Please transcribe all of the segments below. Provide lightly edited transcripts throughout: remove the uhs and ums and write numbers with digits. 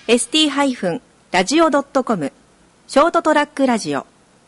st-radio.com ショートトラックラジオ。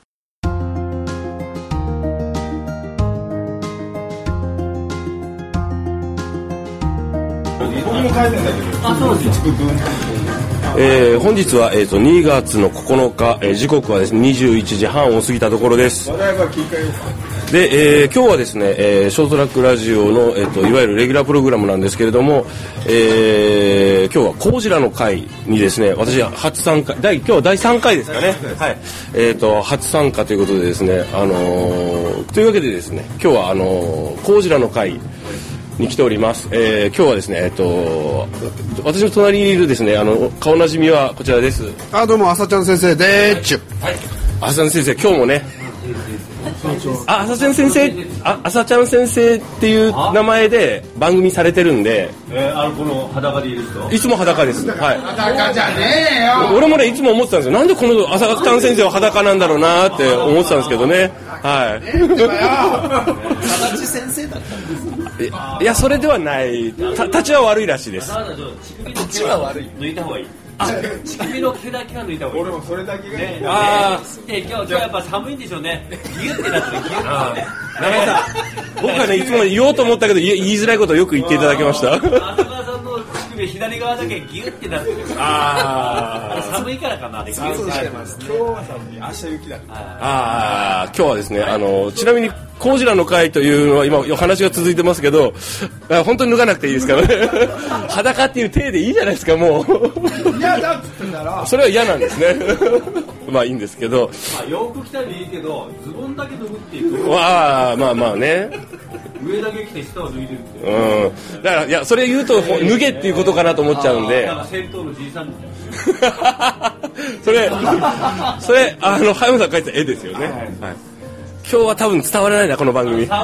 本日は、2月の9日、時刻はですね21時半を過ぎたところです。で、今日はですね、ショートトラックラジオの、いわゆるレギュラープログラムなんですけれども、今日はコウジラの会にですね、私は初参加、今日は第3回ですかね。はい。初参加ということでですね、というわけでですね、今日はコウジラの会に来ております。今日はですね、私の隣にいるですね、顔なじみはこちらです。 どうも、朝ちゃん先生でーっちゅ。 はい。朝ちゃん先生、今日もね、朝ちゃん先生、朝ちゃん先生っていう名前で番組されてるんで、 この裸でいる人、 いつも裸です。はい。 裸じゃねえよ。 俺もね、いつも思ってたんですよ。なんでこの朝ちゃん先生は裸なんだろうなって思ってたんですけどね。はい。 形先生だったんです。 いや、それではない。立ちは悪いらしいです。 立ちは悪い。抜いた方がいい。乳首の毛だけは抜いた方がいい。 俺もそれだけがいい。 今日やっぱ寒いんでしょうね。ギュってなってる。ギュって。 中井さん、僕はね、いつも言おうと思ったけど言いづらいことをよく言っていただきました。 浅川さんの乳首左側だけギュってなってる。寒いからかな。 そうしてます。今日は寒い。明日雪だ。 今日はですね、ちなみにコウジラの会というのは今お話が続いてますけど、本当に脱がなくていいですからね。裸っていう体でいいじゃないですか、もう。 嫌だっつってんだろ。 それは嫌なんですね。まあいいんですけど。 洋服着たらいいけど、ズボンだけ脱ぐっていう。 まあね。 上だけ着て下は脱いでるって。 だからいや、それ言うと脱げっていうことかなと思っちゃうんで。 なんか銭湯のじいさんみたいな。 それ葉山さん描いた絵ですよね。はい。今日は多分伝わらないな、この番組。はい。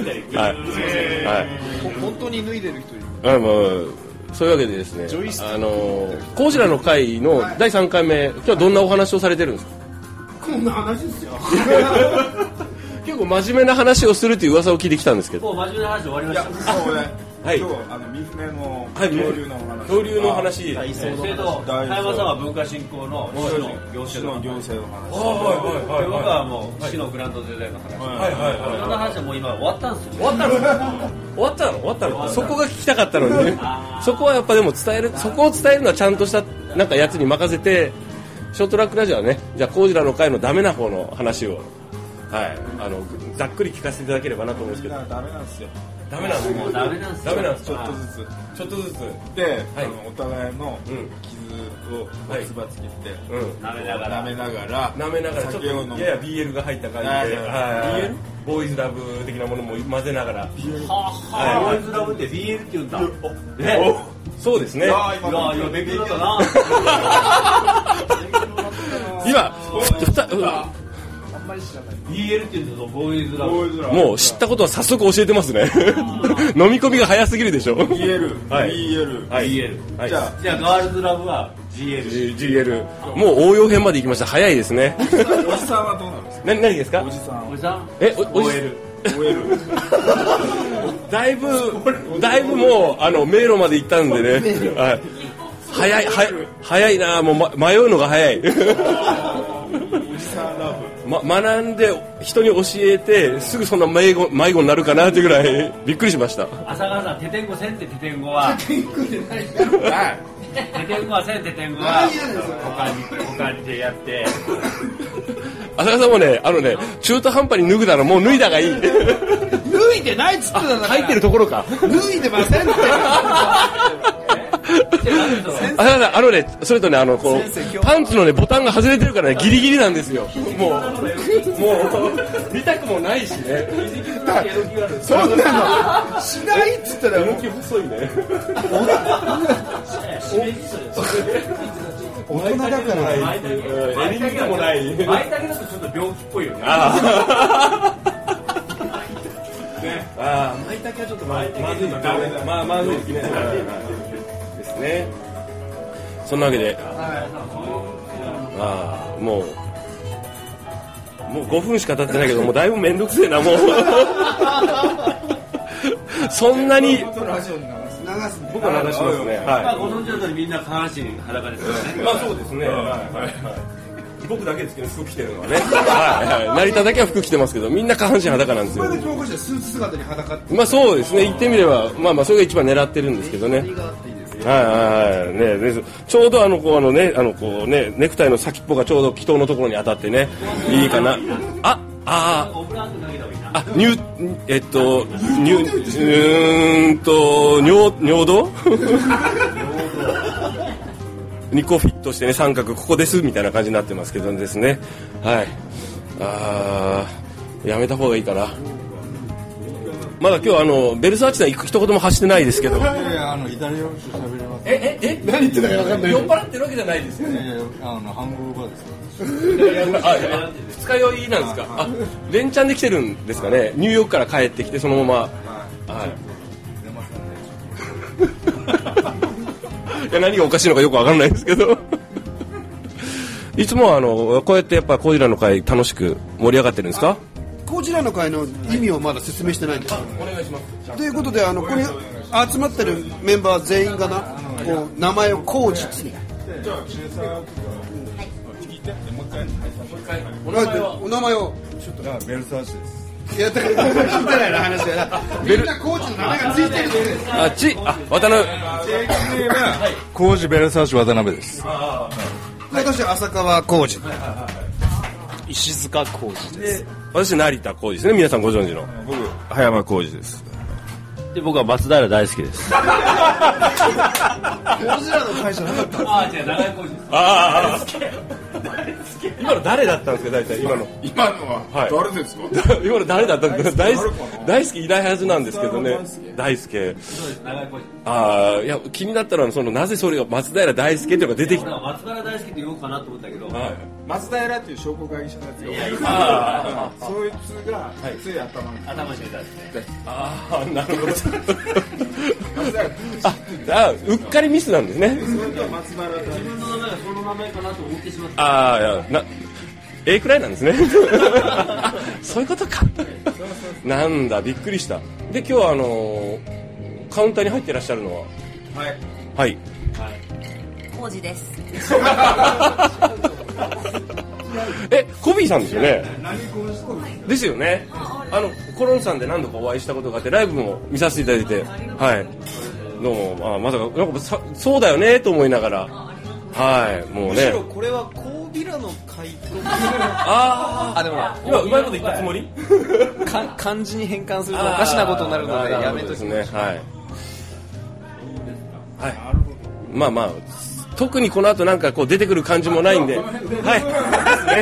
本当に脱いでる人いる。そういうわけでですね、コウジラの会の第3回目、今日はどんなお話をされてるんですか？ こんな話ですよ。 結構真面目な話をするっていう噂を聞いてきたんですけど。 もう真面目な話終わりました。 そうね。 はい。 今日三船の恐竜の話。 葉山さんは文化振興の市の行政の話。僕はもう市のグランドデザインの話。そんな話はもう今終わったんですよ。 終わったの。そこが聞きたかったのにね。そこはやっぱでもそこを伝えるのはちゃんとしたなんかやつに任せて、ショートトラックラジオはね、じゃあコウジラの会のダメな方の話を、はい、ざっくり聞かせていただければなと思うんですけど。 ダメなんですよ。 ダメなんです。 ちょっとずつで、お互いの傷をつばつきって舐めながらちょっとやや BL が入った感じで、ボーイズラブ的なものも混ぜながら。 ボーイズラブって BL って言うんだ。 そうですね。 いや勉強だな。 今 BL っていうのボーイズラブ。 もう知ったことは早速教えてますね。飲み込みが早すぎるでしょ。 BL。 じゃあガールズラブは GL。 もう応用編まで行きました。早いですね。 おじさんはどうなんですか？ 何ですか？ おじさん。 OL。だいぶもう迷路まで行ったんでね。はい。早いな、もう迷うのが早い。学んで人に教えてすぐそんな迷子になるかなってぐらいびっくりしました。 浅川さん、テテンゴせんってテテンゴはテテンゴはせん、テテンゴは股間でやって。 浅川さんもね、中途半端に脱ぐならもう脱いだがいい。 脱いでないっつってたんだから。 入ってるところか。 脱いでませんって。 それとね、こうパンツのねボタンが外れてるからね、ギリギリなんですよ。もう見たくもないしね。 そんなのしないっつったら動き細いね。 大人だからエリンギもない。 前だけだとちょっと病気っぽいよね。 舞茸はちょっとまずい。まずいですね。そんなわけで、もう5分しか経ってないけど、もうだいぶめんどくせえな、もう。そんなになす。 僕は流しますね。 まあご存知の通りみんな下半身裸ですよね。 まあそうですね。僕だけですけど服着てるのはね。はいはい。成田だけは服着てますけど、みんな下半身裸なんですよ。 これで教科書でスーツ姿に裸って。 まあそうですね。言ってみれば、まあまあそれが一番狙ってるんですけどね。はいはいはい。ね、でちょうどネクタイの先っぽがちょうど気筒のところに当たってね、いいかな。尿道にこうフィットしてね、三角ここですみたいな感じになってますけどですね。はい。やめた方がいいかな。まだ今日ベルサーチさん一言も発してないですけど。 イタリア語喋れます。 何言ってたか分かんない。酔っ払ってるわけじゃないですよね。 ハングオーバーです。 二日酔いなんですか。連チャンで来てるんですかね。ニューヨークから帰ってきてそのまま。はい。いや、何がおかしいのかよく分かんないですけど。いつもこうやってやっぱコージラの会楽しく盛り上がってるんですか。 コージラの会の意味をまだ説明してないんですよ。 お願いします。 ということでここに集まってるメンバー全員がな、こう名前をコージってじゃあシエさん聞いてもう一回お名前をちょっとベルサーチです。 いやだから聞いてないな話がみんなコーチの名前がついてるんです渡辺コージベルサーチ渡辺です。 私浅川コージ、 石塚浩二です。 私成田浩二ですね。皆さんご存知の。 僕葉山浩二です。 で僕は松平大輔です。 コージラの会じゃなかった。 違う、長井浩二です。 今の誰だったんですか、大体今のは誰ですか。 今の誰だったんですか。大輔いないはずなんですけどね。大輔。いや気になったのはなぜそれが松平大輔っていうのが出てきた。 松平大輔って言おうかなと思ったけど、 松平っていう商工会議所のやつがそいつがつい頭に入れたんですね。 なるほど。うっかりミスなんですね。 自分の名前がその名前かなと思ってしまった。 くらいなんですね。そういうことか。なんだ、びっくりした。で今日はカウンターに入っていらっしゃるのははい。 コージです。 コビーさんですよね。ですよね。コロンさんで何度かお会いしたことがあって、ライブも見させていただいて、はい。どうもまさかなんかそうだよねと思いながら、はい、もうね。 むしろこれはコービラの会とでも今うまいこと言ったつもり。 漢字に変換するとおかしなことになるのでやめときましょう。 はい。まあ特にこの後なんかこう出てくる感じもないんで、はい。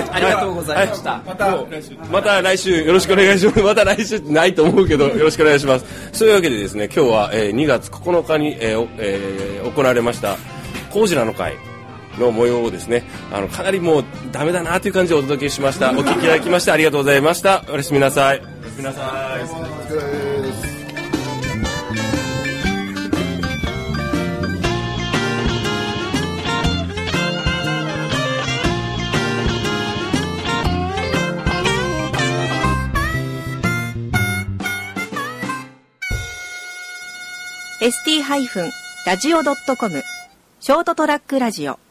ありがとうございました。 また来週よろしくお願いします。また来週ないと思うけどよろしくお願いします。そういうわけでですね、今日は2月9日に行われましたコージラの会の模様をですね、かなりもうダメだなという感じでお届けしました。お聞きいただきましてありがとうございました。おやすみなさい。おやすみなさい。 ST-radio.com ショートトラックラジオ